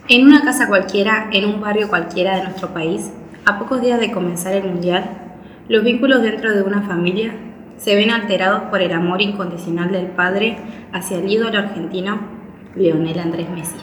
En una casa cualquiera, en un barrio cualquiera de nuestro país, a pocos días de comenzar el Mundial, los vínculos dentro de una familia se ven alterados por el amor incondicional del padre hacia el ídolo argentino Lionel Andrés Messi.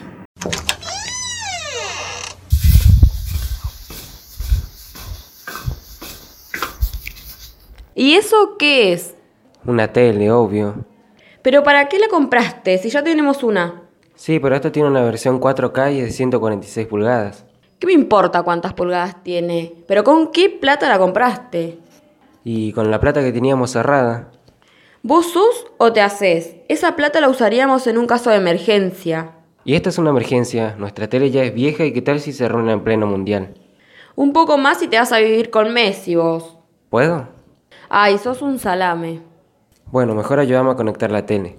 ¿Y eso qué es? Una tele, obvio. ¿Pero para qué la compraste si ya tenemos una? Sí, pero esta tiene una versión 4K y es de 146 pulgadas. ¿Qué me importa cuántas pulgadas tiene? ¿Pero con qué plata la compraste? Y con la plata que teníamos ahorrada. ¿Vos sos o te haces? Esa plata la usaríamos en un caso de emergencia. Y esta es una emergencia. Nuestra tele ya es vieja y ¿qué tal si se arruina en pleno mundial? Un poco más y te vas a vivir con Messi vos. ¿Puedo? Ay, sos un salame. Bueno, mejor ayúdame a conectar la tele.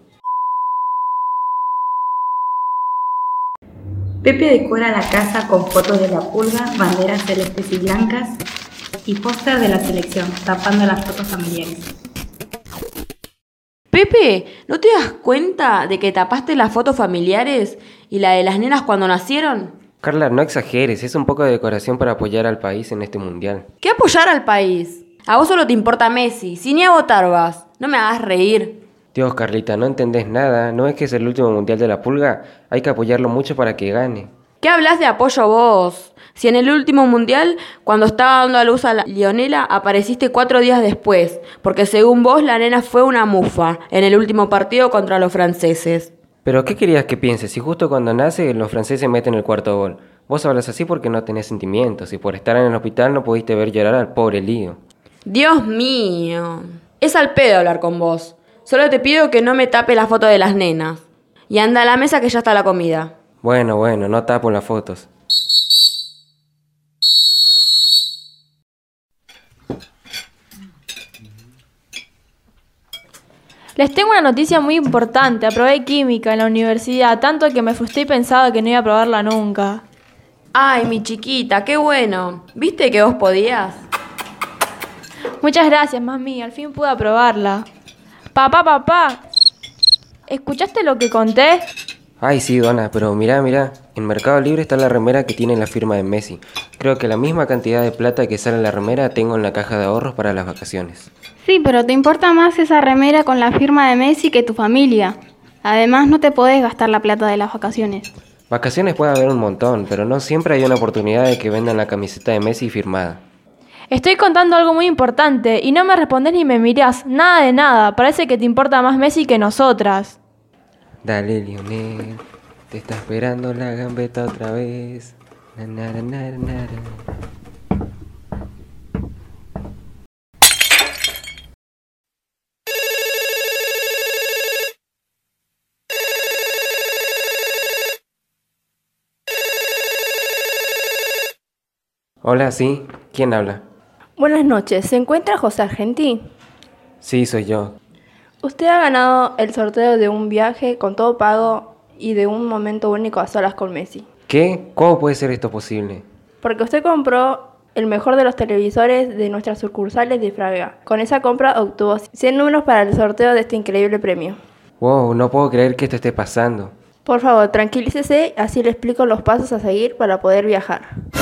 Pepe decora la casa con fotos de la pulga, banderas celestes y blancas y póster de la selección, tapando las fotos familiares. Pepe, ¿no te das cuenta de que tapaste las fotos familiares y la de las nenas cuando nacieron? Carla, no exageres, es un poco de decoración para apoyar al país en este mundial. ¿Qué apoyar al país? A vos solo te importa Messi, si ni a votar vas. No me hagas reír. Dios, Carlita, no entendés nada. ¿No es que es el último mundial de la pulga? Hay que apoyarlo mucho para que gane. ¿Qué hablas de apoyo vos? Si en el último mundial, cuando estaba dando a luz a la Lionela, apareciste 4 días después, porque según vos la nena fue una mufa en el último partido contra los franceses. ¿Pero qué querías que piense? Si justo cuando nace los franceses meten el cuarto gol. Vos hablas así porque no tenés sentimientos y por estar en el hospital no pudiste ver llorar al pobre Lío. Dios mío. Es al pedo hablar con vos. Solo te pido que no me tape la foto de las nenas. Y anda a la mesa que ya está la comida. Bueno, no tapo las fotos. Les tengo una noticia muy importante. Aprobé química en la universidad, tanto que me frustré y pensaba que no iba a aprobarla nunca. Ay, mi chiquita, qué bueno. ¿Viste que vos podías? Muchas gracias, mami. Al fin pude aprobarla. Papá. ¿Escuchaste lo que conté? Ay, sí, Donna, pero mirá. En Mercado Libre está la remera que tiene la firma de Messi. Creo que la misma cantidad de plata que sale en la remera tengo en la caja de ahorros para las vacaciones. Sí, pero te importa más esa remera con la firma de Messi que tu familia. Además, no te podés gastar la plata de las vacaciones. Vacaciones puede haber un montón, pero no siempre hay una oportunidad de que vendan la camiseta de Messi firmada. Estoy contando algo muy importante y no me respondés ni me mirás. Nada de nada. Parece que te importa más Messi que nosotras. Dale, Lionel, te está esperando la gambeta otra vez. Na. Hola, sí, ¿quién habla? Buenas noches, ¿se encuentra José Argentí? Sí, soy yo. Usted ha ganado el sorteo de un viaje con todo pago y de un momento único a solas con Messi. ¿Qué? ¿Cómo puede ser esto posible? Porque usted compró el mejor de los televisores de nuestras sucursales de Fraga. Con esa compra obtuvo 100 números para el sorteo de este increíble premio. Wow, no puedo creer que esto esté pasando. Por favor, tranquilícese, así le explico los pasos a seguir para poder viajar.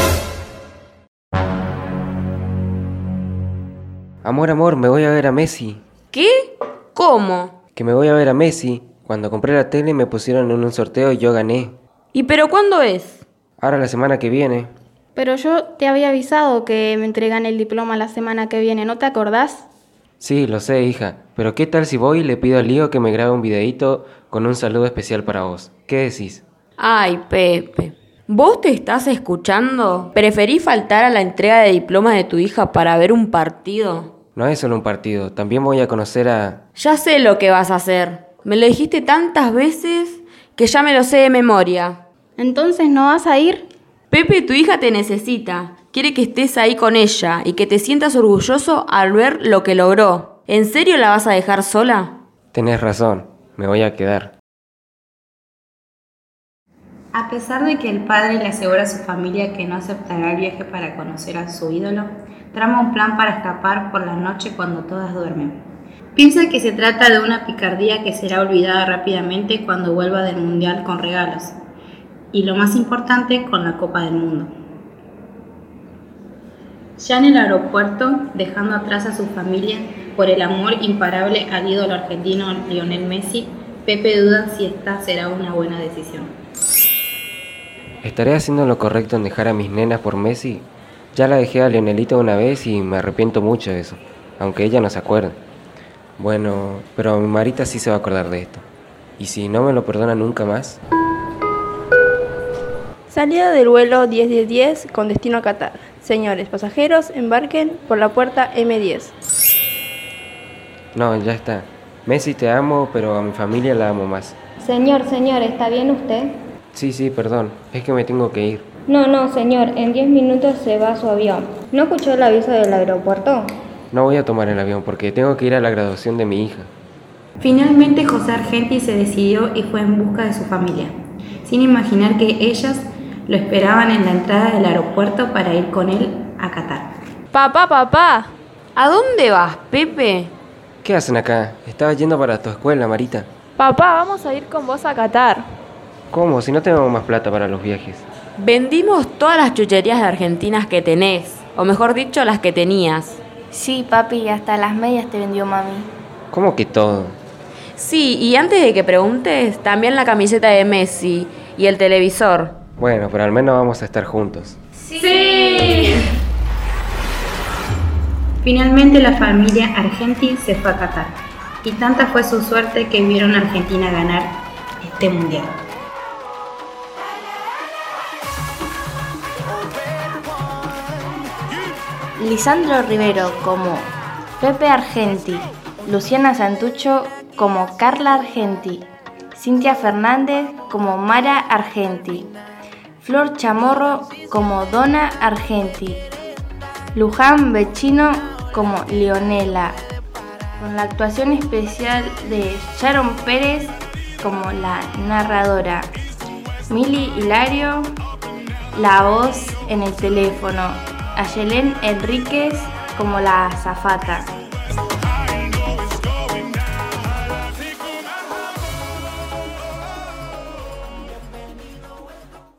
Amor, me voy a ver a Messi. ¿Qué? ¿Cómo? Que me voy a ver a Messi. Cuando compré la tele me pusieron en un sorteo y yo gané. ¿Y pero cuándo es? Ahora la semana que viene. Pero yo te había avisado que me entregan el diploma la semana que viene, ¿no te acordás? Sí, lo sé, hija. Pero ¿qué tal si voy y le pido a Lío que me grabe un videíto con un saludo especial para vos? ¿Qué decís? Ay, Pepe. ¿Vos te estás escuchando? ¿Preferís faltar a la entrega de diplomas de tu hija para ver un partido? No es solo un partido, también voy a conocer a... Ya sé lo que vas a hacer. Me lo dijiste tantas veces que ya me lo sé de memoria. ¿Entonces no vas a ir? Pepe, tu hija te necesita. Quiere que estés ahí con ella y que te sientas orgulloso al ver lo que logró. ¿En serio la vas a dejar sola? Tenés razón, me voy a quedar. A pesar de que el padre le asegura a su familia que no aceptará el viaje para conocer a su ídolo, trama un plan para escapar por la noche cuando todas duermen. Piensa que se trata de una picardía que será olvidada rápidamente cuando vuelva del mundial con regalos. y lo más importante, con la Copa del Mundo. Ya en el aeropuerto, dejando atrás a su familia por el amor imparable al ídolo argentino Lionel Messi, Pepe duda si esta será una buena decisión. ¿Estaré haciendo lo correcto en dejar a mis nenas por Messi? Ya la dejé a Lionelito una vez y me arrepiento mucho de eso, aunque ella no se acuerde. Bueno, pero mi Marita sí se va a acordar de esto. ¿Y si no me lo perdona nunca más? Salida del vuelo 10-10-10 con destino a Qatar. Señores pasajeros, embarquen por la puerta M10. No, ya está. Messi, te amo, pero a mi familia la amo más. Señor, ¿está bien usted? Sí, perdón. Es que me tengo que ir. No, señor, en 10 minutos se va a su avión. ¿No escuchó el aviso del aeropuerto? No voy a tomar el avión porque tengo que ir a la graduación de mi hija. Finalmente José Argenti se decidió y fue en busca de su familia, sin imaginar que ellas lo esperaban en la entrada del aeropuerto para ir con él a Qatar. Papá. ¿A dónde vas, Pepe? ¿Qué hacen acá? Estaba yendo para tu escuela, Marita. Papá, vamos a ir con vos a Qatar. ¿Cómo? Si no tenemos más plata para los viajes. Vendimos todas las chucherías de argentinas que tenés, o mejor dicho, las que tenías. Sí, papi, hasta las medias te vendió mami. ¿Cómo que todo? Sí, y antes de que preguntes, también la camiseta de Messi y el televisor. Bueno, pero al menos vamos a estar juntos. ¡Sí! Finalmente la familia Argenti se fue a Qatar, y tanta fue su suerte que vieron a Argentina ganar este mundial. Lisandro Rivero como Pepe Argenti, Luciana Santucho como Carla Argenti, Cintia Fernández como Mara Argenti, Flor Chamorro como Donna Argenti, Luján Vecino como Leonela, con la actuación especial de Sharon Pérez como la narradora, Mili Hilario, la voz en el teléfono, Ayelén Enríquez como la azafata.